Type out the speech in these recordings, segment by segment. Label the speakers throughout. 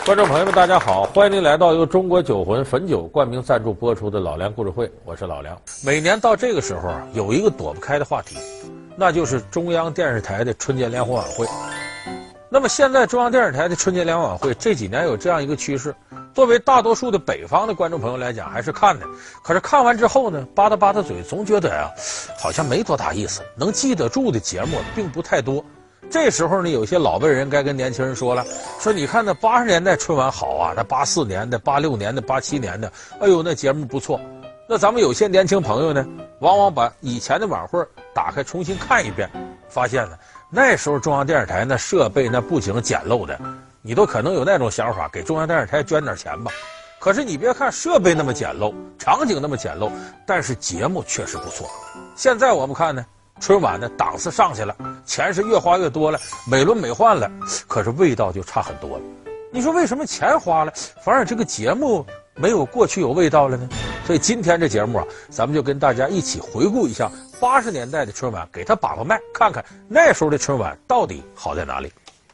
Speaker 1: 观众朋友们，大家好，欢迎您来到由中国酒魂汾酒冠名赞助播出的《老梁故事会》，我是老梁。每年到这个时候啊，有一个躲不开的话题，那就是中央电视台的春节联欢晚会。那么现在中央电视台的春节联欢晚会这几年有这样一个趋势，作为大多数的北方的观众朋友来讲，还是看的。可是看完之后呢，吧嗒吧嗒嘴，总觉得呀，好像没多大意思，能记得住的节目并不太多。这时候呢，有些老辈人该跟年轻人说了，说你看那80年代春晚好啊，那84年的、86年的、87年的，哎呦那节目不错。那咱们有些年轻朋友呢，往往把以前的晚会打开重新看一遍，发现呢，那时候中央电视台那设备那布景简陋的，你都可能有那种想法，给中央电视台捐点钱吧。可是你别看设备那么简陋，场景那么简陋，但是节目确实不错。现在我们看呢，春晚的档次上去了，钱是越花越多了，美轮美奂了，可是味道就差很多了。你说为什么钱花了，反而这个节目没有过去有味道了呢？所以今天这节目啊，咱们就跟大家一起回顾一下80年代的春晚，给他把把脉，看看那时候的春晚到底好在哪里。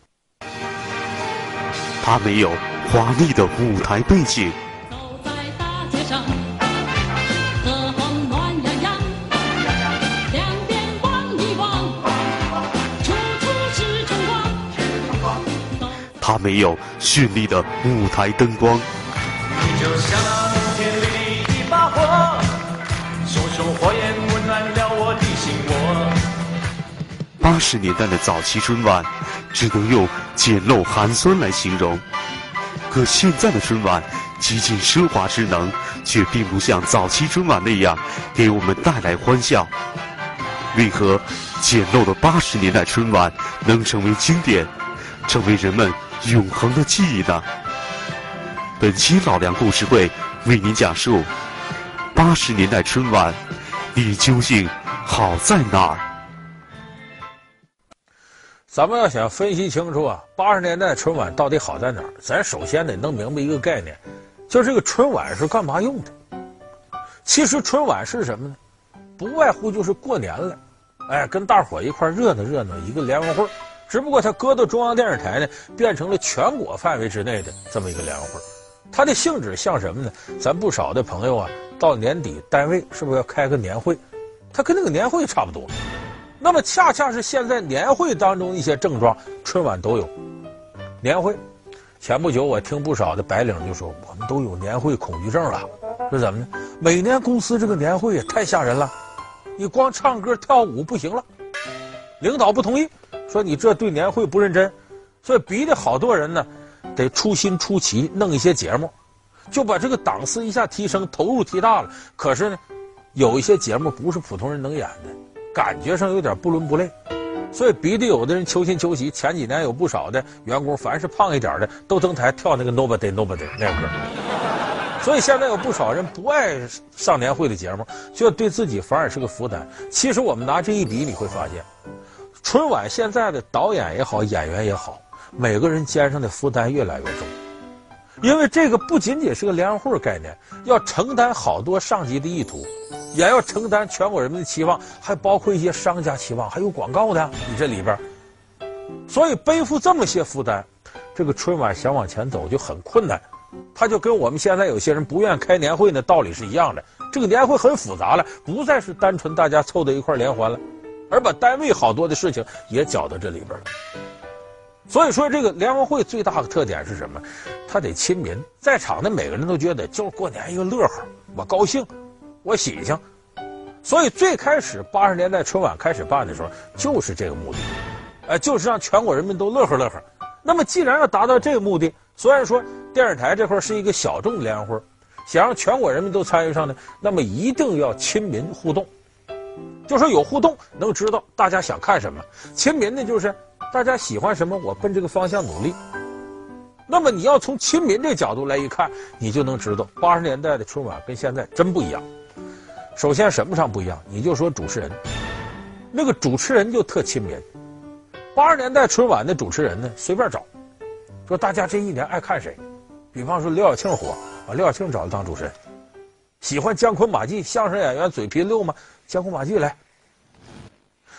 Speaker 2: 它没有华丽的舞台背景，
Speaker 3: 走在大街上，和风暖洋洋，两边望一望，处处是春光。
Speaker 2: 它没有绚丽的舞台灯光，
Speaker 4: 你就像田里的一把火，熊熊火焰温暖了我的心窝。
Speaker 2: 80年代的早期春晚只能用简陋寒酸来形容，可现在的春晚极尽奢华之能，却并不像早期春晚那样给我们带来欢笑。为何简陋的80年代春晚能成为经典，成为人们永恒的记忆呢？本期老梁故事会为您讲述80年代春晚，你究竟好在哪儿？
Speaker 1: 咱们要想分析清楚啊，80年代春晚到底好在哪儿，咱首先得弄明白一个概念，就是这个春晚是干嘛用的。其实春晚是什么呢？不外乎就是过年了，哎，跟大伙一块热闹热闹一个联欢会，只不过它搁到中央电视台呢，变成了全国范围之内的这么一个联欢会。它的性质像什么呢？咱不少的朋友啊，到年底单位是不是要开个年会？它跟那个年会差不多。那么恰恰是现在年会当中一些症状，春晚都有。年会，前不久我听不少的白领就说，我们都有年会恐惧症了。说怎么呢？每年公司这个年会也太吓人了，你光唱歌跳舞不行了，领导不同意，说你这对年会不认真，所以逼得好多人呢得出新出奇，弄一些节目，就把这个档次一下提升，投入提大了。可是呢，有一些节目不是普通人能演的，感觉上有点不伦不类，所以逼得有的人求新求奇。前几年有不少的员工，凡是胖一点的都登台跳那个 Nobody Nobody 那个歌，所以现在有不少人不爱上年会的节目，就对自己反而是个负担。其实我们拿这一比，你会发现，春晚现在的导演也好，演员也好，每个人肩上的负担越来越重，因为这个不仅仅是个联欢会概念，要承担好多上级的意图，也要承担全国人民的期望，还包括一些商家期望，还有广告的你这里边，所以背负这么些负担，这个春晚想往前走就很困难。它就跟我们现在有些人不愿开年会的道理是一样的，这个年会很复杂了，不再是单纯大家凑到一块联欢了，而把单位好多的事情也搅到这里边了。所以说这个联欢会最大的特点是什么？它得亲民，在场的每个人都觉得就是过年一个乐呵，我高兴，我喜庆。所以最开始80年代春晚开始办的时候就是这个目的，就是让全国人民都乐呵乐呵。那么既然要达到这个目的，虽然说电视台这块是一个小众联欢会，想让全国人民都参与上呢，那么一定要亲民互动。就说有互动，能知道大家想看什么；亲民呢，就是大家喜欢什么，我奔这个方向努力。那么你要从亲民这角度来一看，你就能知道80年代的春晚跟现在真不一样。首先什么上不一样？你就说主持人，那个主持人就特亲民。80年代春晚的主持人呢，随便找，说大家这一年爱看谁，比方说刘晓庆火，把刘晓庆找来当主持人。喜欢姜昆马季相声演员嘴皮溜吗？姜昆马季来。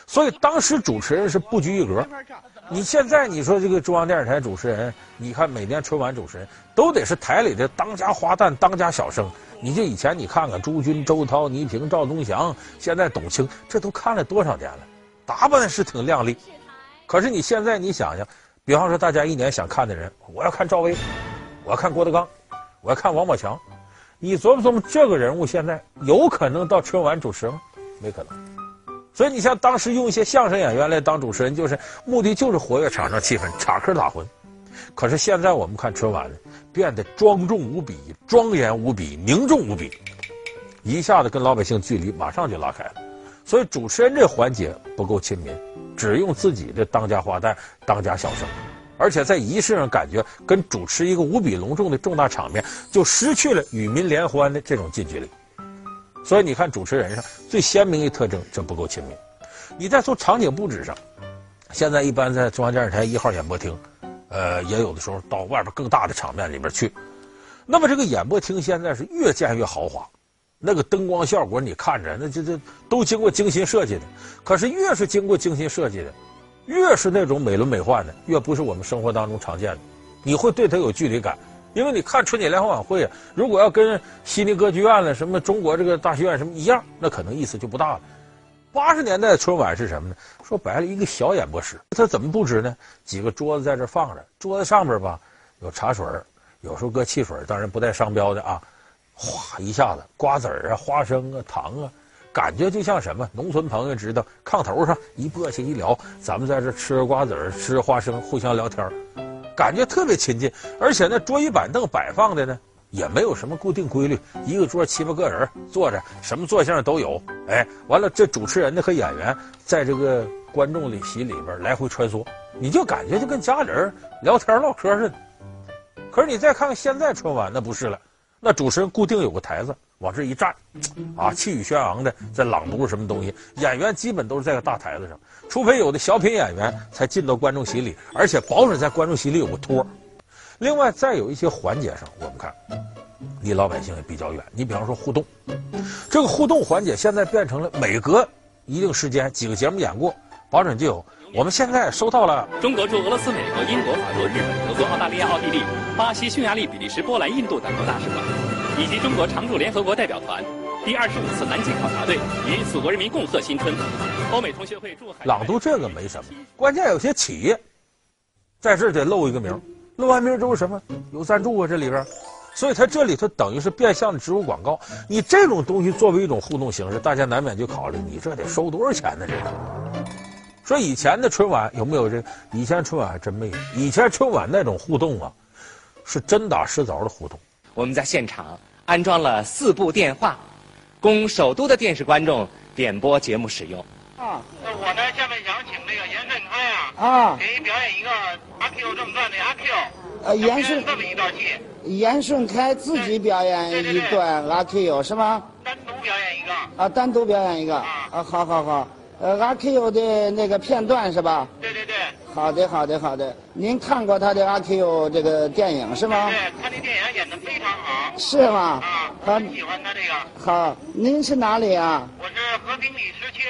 Speaker 1: 所以当时主持人是不拘一格。你现在你说这个中央电视台主持人，你看每年春晚主持人都得是台里的当家花旦、当家小生。你就以前你看看朱军、周涛、倪萍、赵忠祥，现在董卿，这都看了多少年了，打扮是挺靓丽。可是你现在你想想，比方说大家一年想看的人，我要看赵薇，我要看郭德纲，我要看王宝强，你琢磨琢磨，这个人物现在有可能到春晚主持吗？没可能。所以你像当时用一些相声演员来当主持人，就是目的就是活跃场上气氛，插科打诨。可是现在我们看春晚呢，变得庄重无比、庄严无比、凝重无比，一下子跟老百姓距离马上就拉开了。所以主持人这环节不够亲民，只用自己的当家花旦、当家小生，而且在仪式上感觉跟主持一个无比隆重的重大场面，就失去了与民联欢的这种近距离。所以你看主持人上最鲜明的特征，这不够亲民。你再从场景布置上，现在一般在中央电视台1号演播厅，也有的时候到外边更大的场面里边去。那么这个演播厅现在是越建越豪华，那个灯光效果你看着，那这都经过精心设计的。可是越是经过精心设计的，越是那种美轮美奂的，越不是我们生活当中常见的，你会对它有距离感。因为你看春节联欢晚会啊，如果要跟悉尼歌剧院了、什么中国这个大戏院什么一样，那可能意思就不大了。80年代春晚是什么呢？说白了，一个小演播室，它怎么布置呢？几个桌子在这放着，桌子上边吧有茶水，有时候搁汽水，当然不带商标的啊。哗一下子，瓜子啊、花生啊、糖啊，感觉就像什么？农村朋友知道，炕头上一簸箕一聊，咱们在这吃瓜子、吃花生，互相聊天。感觉特别亲近，而且那桌椅板凳摆放的呢，也没有什么固定规律，一个桌7、8个人坐着，什么坐相都有。哎，完了，这主持人呢和演员在这个观众席里边来回穿梭，你就感觉就跟家人聊天唠嗑似的。可是你再看看现在春晚，那不是了，那主持人固定有个台子，往这一站，啊，气宇轩昂的在朗读什么东西，演员基本都是在个大台子上。除非有的小品演员才进到观众席里，而且保准在观众席里有个托。另外，再有一些环节上，我们看离老百姓也比较远。你比方说互动，这个互动环节现在变成了每隔一定时间几个节目演过，保准就有。我们现在收到了
Speaker 5: 中国驻俄罗斯、美国、英国、法国、日本、德国、澳大利亚、奥地利、巴西、匈牙利、比利时、波兰、印度等国大使馆，以及中国常驻联合国代表团。第25次南极考察队与祖国人民共贺新春，欧美同学会驻海。
Speaker 1: 朗读这个没什么，关键有些企业在这儿得露一个名，露完名之后什么有赞助啊这里边，所以它这里头等于是变相的植入广告。你这种东西作为一种互动形式，大家难免就考虑你这得收多少钱呢？这个。说以前的春晚有没有这个？以前春晚还真没有。以前春晚那种互动啊，是真打实凿的互动。
Speaker 6: 我们在现场安装了4部电话。供首都的电视观众点播节目使用。
Speaker 7: 啊，我呢下面想请那个严顺开啊，给你表演一个阿 Q 正传的阿 Q。严顺这么一段戏。严顺开自己表演一段阿 Q 是吗？单独表演一个。啊，单独表演一个。啊，好好好。阿 Q 的那个片段是吧？对对对。好的好的好的。您看过他的阿 Q 这个电影是吗？对，他的电影演得非常好。是吗？啊，很喜欢他这个。好，您是哪里啊？我是和平里10区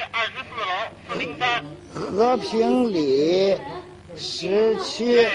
Speaker 7: 24楼403。和平里10区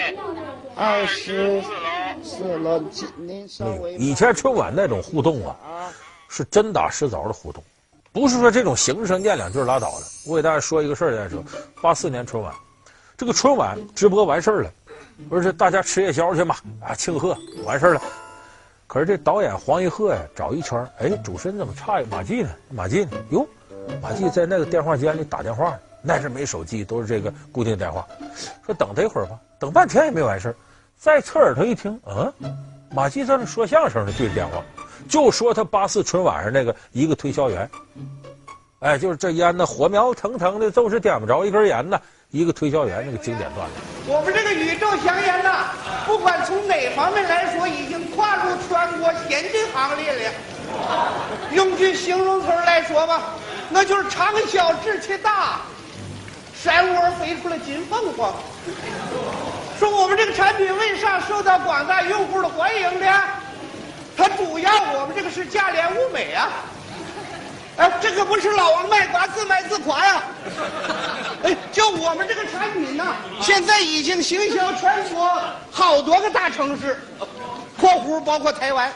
Speaker 7: 24楼，您稍微。
Speaker 1: 以前春晚那种互动啊，是真打实凿的互动，不是说这种形式上念2句拉倒了。我给大家说一个事儿，再说84年春晚，这个春晚直播完事儿了，不是大家吃夜宵去嘛，啊庆贺完事儿了。可是这导演黄一鹤呀，找一圈，哎，主持人怎么差一马季呢？马季呢？哟，马季在那个电话间里打电话，那是没手机，都是这个固定电话。说等他一会儿吧，等半天也没完事儿。再侧耳朵一听，马季在那说相声呢，对着电话，就说他84春晚上那个一个推销员，哎，就是这烟呢火苗腾腾的，就是点不着一根烟呢。一个推销员那个经典段子。
Speaker 8: 我们这个宇宙香烟呐，不管从哪方面来说，已经跨入全国先进行列了。用句形容词来说吧，那就是长销志气大，山窝飞出了金凤凰。说我们这个产品为啥受到广大用户的欢迎呢？它主要我们这个是价廉物美啊。 哎，这可不是老王卖瓜自卖自夸呀！哎，就我们这个产品呢，现在已经行销全国好多个大城市（括弧包括台湾）。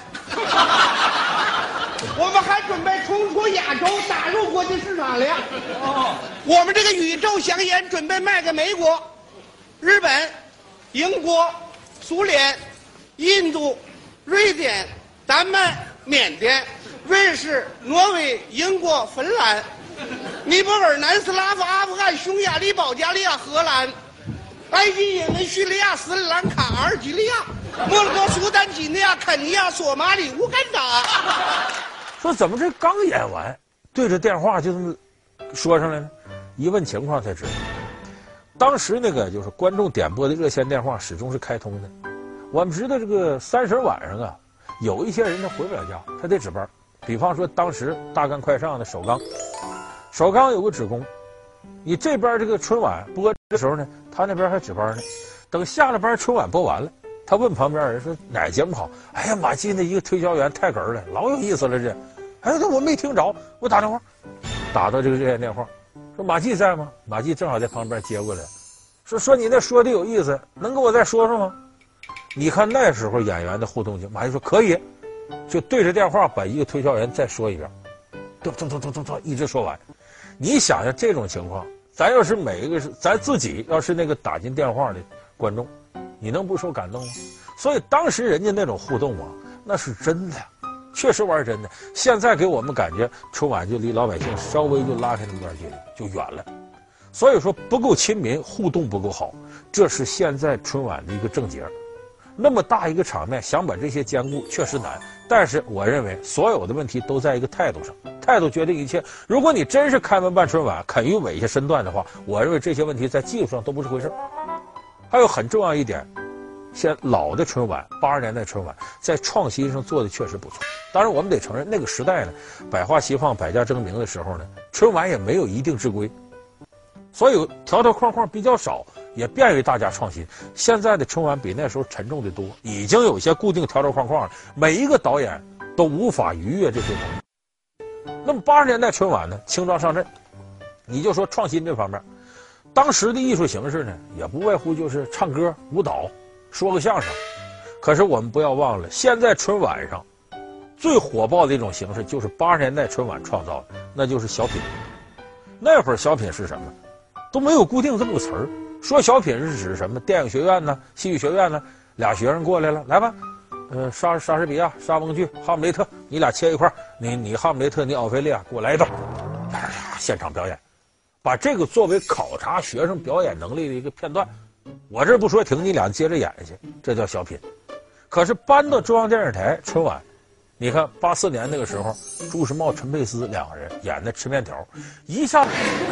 Speaker 8: 我们还准备冲出亚洲，打入国际市场了呀！我们这个宇宙香烟准备卖给美国、日本、英国、苏联、印度、瑞典、丹麦、缅甸、瑞士、挪威、英国、芬兰、尼泊尔、南斯拉夫、阿富汗、匈牙利、保加利亚、荷兰、埃及、也门、叙利亚、斯里兰卡、阿尔及利亚、摩洛哥、苏丹、几内亚、肯尼亚、索马里、乌干达。
Speaker 1: 说怎么这刚演完，对着电话就这么说上来呢？一问情况才知道，当时那个就是观众点播的热线电话始终是开通的。我们知道这个30晚上啊，有一些人他回不了家，他得值班。比方说当时大干快上的首钢有个职工，你这边这个春晚播的时候呢，他那边还值班呢。等下了班，春晚播完了，他问旁边人说哪节目好？哎呀，马季那一个推销员太哏了，老有意思了这。哎，我没听着，我打电话，打到这个热线电话，说马季在吗？马季正好在旁边接过来，说你那说的有意思，能跟我再说说吗？你看那时候演员的互动性，马季说可以，就对着电话把一个推销员再说一遍，咚，一直说完。你想想这种情况，咱要是每一个是咱自己要是那个打进电话的观众，你能不受感动吗？所以当时人家那种互动啊，那是真的，确实玩真的。现在给我们感觉春晚就离老百姓稍微就拉开那么段距离，就远了。所以说不够亲民，互动不够好，这是现在春晚的一个症结。那么大一个场面，想把这些兼顾确实难，但是我认为所有的问题都在一个态度上，态度决定一切。如果你真是开门办春晚，肯于委下身段的话，我认为这些问题在技术上都不是回事。还有很重要一点，现在老的春晚，80年代春晚在创新上做的确实不错。当然我们得承认，那个时代呢，百花齐放，百家争鸣的时候呢，春晚也没有一定之规，所以条条框框比较少，也便于大家创新。现在的春晚比那时候沉重的多，已经有些固定条条框框了，每一个导演都无法逾越这些东西。那么80年代春晚呢，轻装上阵，你就说创新这方面，当时的艺术形式呢，也不外乎就是唱歌、舞蹈、说个相声。可是我们不要忘了，现在春晚上最火爆的一种形式，就是80年代春晚创造的，那就是小品。那会儿小品是什么？都没有固定这么个词儿。说小品是指什么？电影学院呢，戏剧学院呢，俩学生过来了，来吧，莎士比亚、莎翁剧、哈姆雷特，你俩切一块，你哈姆雷特，你奥菲利亚，给我来一段，现场表演，把这个作为考察学生表演能力的一个片段。我这不说停，你俩接着演去，这叫小品。可是搬到中央电视台春晚，你看84年那个时候，朱时茂、陈佩斯两个人演的吃面条，一下。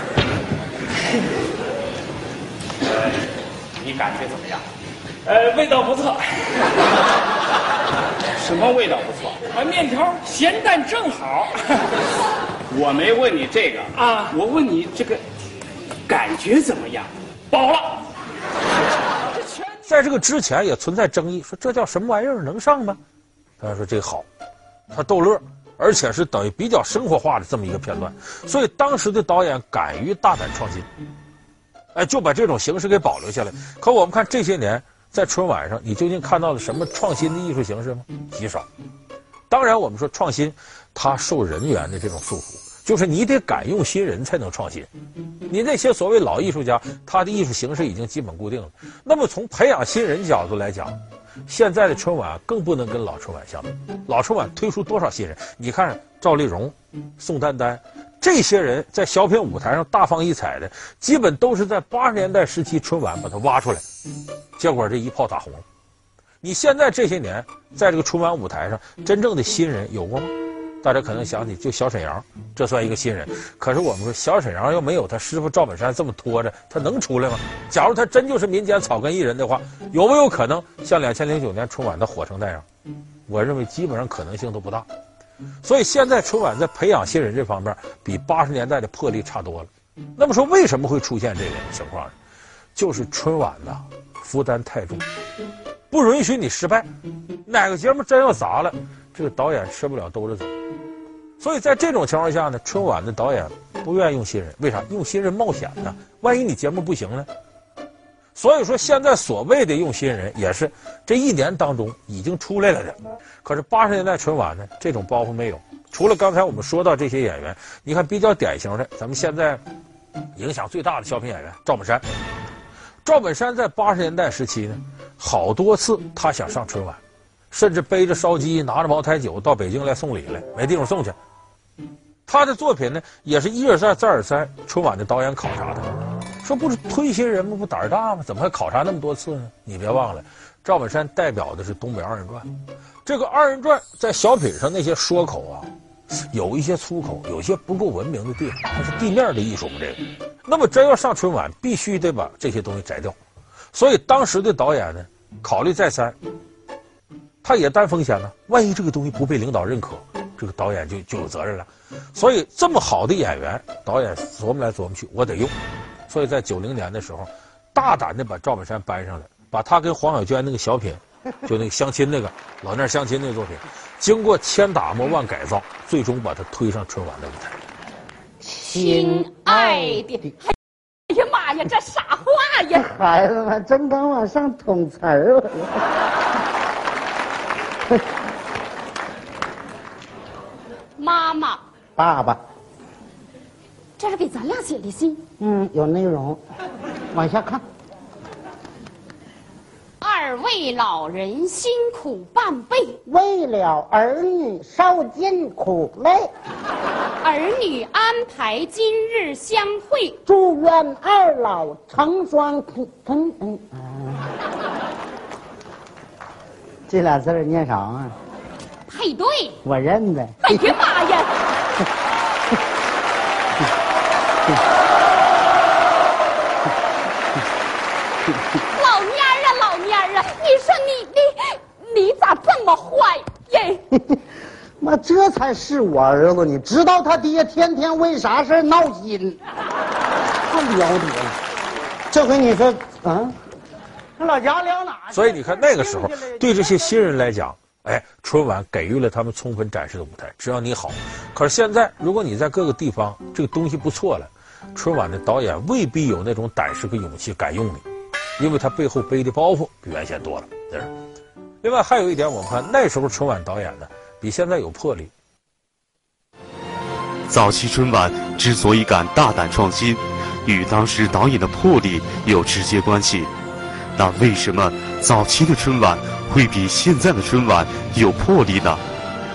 Speaker 9: 你感觉怎么样？味道不错。什么味道不错？面条咸淡正好。我没问你这个啊，我问你这个感觉怎么样？饱了。
Speaker 1: 在这个之前也存在争议，说这叫什么玩意儿，能上吗？他说这个好，他逗乐，而且是等于比较生活化的这么一个片段，所以当时的导演敢于大胆创新。哎，就把这种形式给保留下来。可我们看这些年在春晚上，你究竟看到了什么创新的艺术形式吗？极少。当然，我们说创新，它受人员的这种束缚，就是你得敢用新人才能创新。你那些所谓老艺术家，他的艺术形式已经基本固定了。那么从培养新人角度来讲，现在的春晚更不能跟老春晚相比。老春晚推出多少新人？你看赵丽蓉、宋丹丹。这些人在小品舞台上大放异彩的，基本都是在80年代时期春晚把他挖出来，结果这一炮打红了。你现在这些年在这个春晚舞台上，真正的新人有过吗？大家可能想起就小沈阳，这算一个新人。可是我们说小沈阳要没有他师傅赵本山这么拖着，他能出来吗？假如他真就是民间草根艺人的话，有没有可能像2009年春晚他火成那样？我认为基本上可能性都不大。所以现在春晚在培养新人这方面比80年代的魄力差多了。那么说为什么会出现这个情况呢？就是春晚呐负担太重，不允许你失败。哪个节目真要砸了，这个导演吃不了兜着走。 所以在这种情况下呢，春晚的导演不愿意用新人，为啥？用新人冒险呢？万一你节目不行呢？所以说现在所谓的用新人，也是这一年当中已经出来了的。可是80年代春晚呢，这种包袱没有。除了刚才我们说到这些演员，你看比较典型的，咱们现在影响最大的小品演员赵本山。赵本山在80年代时期呢，好多次他想上春晚，甚至背着烧鸡，拿着茅台酒到北京来送礼来，没地方送去。他的作品呢，也是一而再再而三春晚的导演考察他，说不是推新人吗？不胆儿大吗？怎么还考察那么多次呢？你别忘了，赵本山代表的是东北二人转，这个二人转在小品上那些说口啊，有一些粗口，有些不够文明的地方，它是地面的艺术嘛。这个，那么真要上春晚，必须得把这些东西摘掉。所以当时的导演呢，考虑再三，他也担风险呢。万一这个东西不被领导认可，这个导演就有责任了。所以这么好的演员，导演琢磨来琢磨去，我得用。所以在90年的时候，大胆的把赵本山搬上来，把他跟黄小娟那个小品，就那个相亲那个老那儿相亲那个作品，经过千打磨万改造，最终把他推上春晚的舞台。
Speaker 10: 亲爱的，哎呀妈呀，这啥话呀！
Speaker 7: 孩子们真敢往上捅词儿了。
Speaker 10: 妈妈，
Speaker 7: 爸爸，
Speaker 10: 这是给咱俩写的信。
Speaker 7: 有内容，往下看。
Speaker 10: 二位老人辛苦半辈，
Speaker 7: 为了儿女受尽苦累，
Speaker 10: 儿女安排今日相会，
Speaker 7: 祝愿二老成双这俩字儿念啥啊？
Speaker 10: 配对。
Speaker 7: 我认得。
Speaker 10: 哎呀妈呀！老蔫儿啊，老蔫儿啊！你说你咋这么坏耶？
Speaker 7: 妈，这才是我儿子！你知道他爹天天为啥事闹心？太了得了！这回你说啊，老家聊哪？
Speaker 1: 所以你看那个时候，对这些新人来讲，春晚给予了他们充分展示的舞台，只要你好。可是现在，如果你在各个地方这个东西不错了，春晚的导演未必有那种胆识和勇气敢用你，因为他背后背的包袱比原先多了。另外还有一点，我们看那时候春晚导演呢，比现在有魄力。
Speaker 2: 早期春晚之所以敢大胆创新，与当时导演的魄力有直接关系。那为什么早期的春晚会比现在的春晚有魄力呢？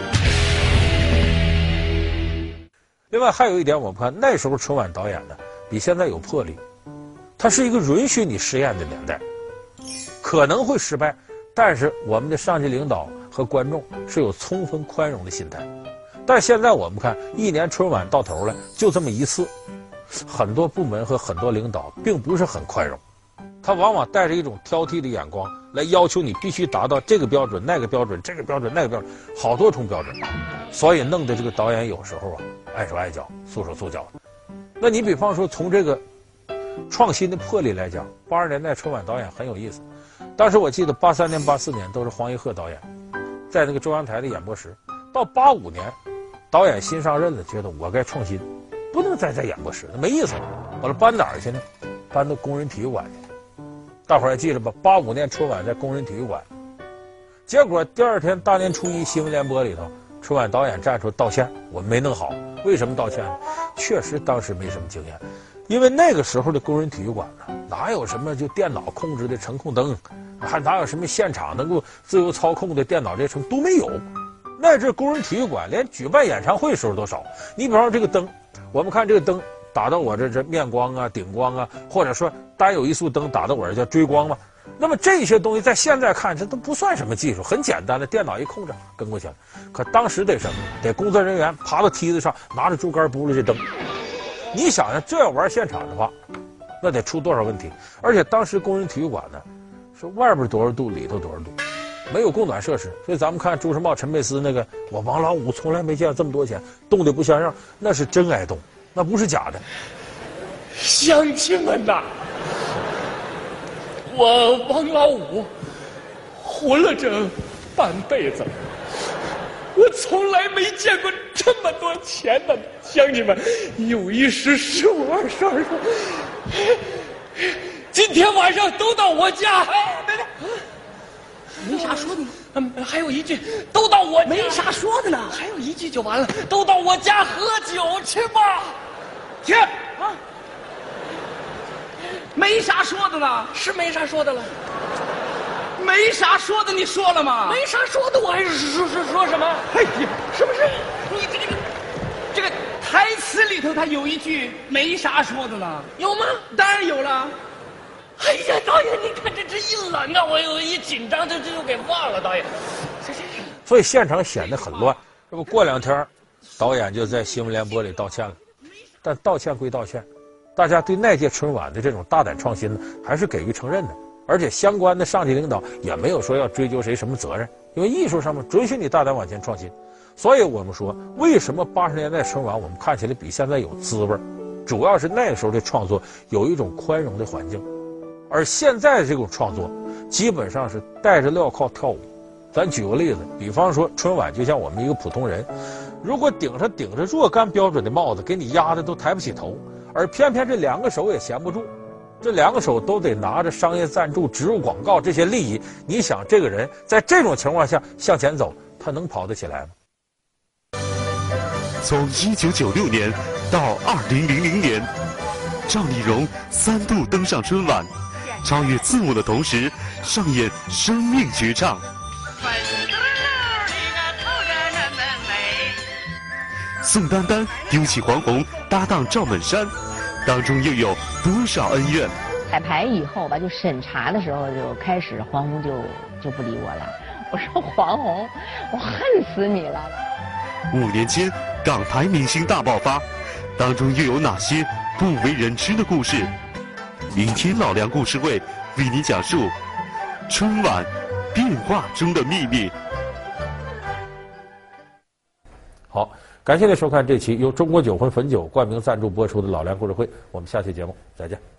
Speaker 1: 另外还有一点，我们看那时候春晚导演呢，比现在有魄力。它是一个允许你实验的年代，可能会失败，但是我们的上级领导和观众是有充分宽容的心态。但现在我们看，一年春晚到头了，就这么一次，很多部门和很多领导并不是很宽容，他往往带着一种挑剔的眼光来要求你必须达到这个标准、那个标准、这个标准、那个标准，好多重标准，所以弄得这个导演有时候啊，碍手碍脚、束手束脚的。那你比方说从这个创新的魄力来讲，80年代春晚导演很有意思。当时我记得83年、84年都是黄一鹤导演，在那个中央台的演播室。到85年，导演新上任了，觉得我该创新，不能再在演播室，那没意思了。完了搬哪儿去呢？搬到工人体育馆去。大伙儿还记得吧？85年春晚在工人体育馆，结果第二天大年初一新闻联播里头，春晚导演站出道歉，我们没弄好。为什么道歉呢？确实当时没什么经验。因为那个时候的工人体育馆呢，哪有什么就电脑控制的程控灯，还哪有什么现场能够自由操控的电脑这程都没有。那这工人体育馆连举办演唱会时候都少。你比方说这个灯，我们看这个灯打到我这面光啊、顶光啊，或者说单有一束灯打到我这叫追光嘛。那么这些东西在现在看，这都不算什么技术，很简单的，电脑一控制跟过去了。可当时得什么？得工作人员爬到梯子上，拿着竹竿拨了这灯。你想想，这要玩现场的话，那得出多少问题？而且当时工人体育馆呢，是外边多少度，里头多少度，没有供暖设施。所以咱们看朱时茂、陈佩斯那个，我王老五从来没见这么多钱，冻得不像样，那是真挨冻，那不是假的。
Speaker 9: 乡亲们呐，我王老五活了这半辈子， 我从来没见过这么多钱的，乡亲们，有一十15、20、20，今天晚上都到我家。哎，
Speaker 11: 没啥说的呢。
Speaker 9: 还有一句，都到我家。
Speaker 11: 没啥说的呢，
Speaker 9: 还有一句就完了，都到我家喝酒去吧。
Speaker 11: 停啊！没啥说的呢，
Speaker 9: 是没啥说的了。
Speaker 11: 没啥说的，你说了吗？
Speaker 9: 没啥说的，我还是说什么？
Speaker 11: 哎呀，是不是？你这个台词里头，它有一句没啥说的呢，
Speaker 9: 有吗？
Speaker 11: 当然有了。
Speaker 9: 哎呀，导演，你看这一冷啊，我有一紧张，这就给忘了。导演，
Speaker 1: 所以现场显得很乱。这不过2天，导演就在新闻联播里道歉了。但道歉归道歉，大家对那届春晚的这种大胆创新呢，还是给予承认的。而且相关的上级领导也没有说要追究谁什么责任，因为艺术上面准许你大胆往前创新。所以我们说，为什么80年代春晚我们看起来比现在有滋味，主要是那个时候的创作有一种宽容的环境，而现在这种创作基本上是戴着镣铐跳舞。咱举个例子，比方说春晚就像我们一个普通人，如果顶着若干标准的帽子，给你压得都抬不起头，而偏偏这2个手也闲不住，这2个手都得拿着商业赞助、植入广告这些利益，你想这个人在这种情况下向前走，他能跑得起来吗？
Speaker 2: 从1996年到2000年，赵丽蓉3度登上春晚，超越字幕的同时，上演生命绝唱。宋丹丹丢弃黄宏搭档赵本山，当中又有多少恩怨？
Speaker 12: 彩排以后吧，就审查的时候就开始，黄宏就不理我了。我说黄宏，我恨死你了。
Speaker 2: 5年间，港台明星大爆发，当中又有哪些不为人知的故事？明天老梁故事会为你讲述春晚变化中的秘密。
Speaker 1: 好，感谢您收看这期由中国酒魂汾酒冠名赞助播出的老梁故事会，我们下期节目再见。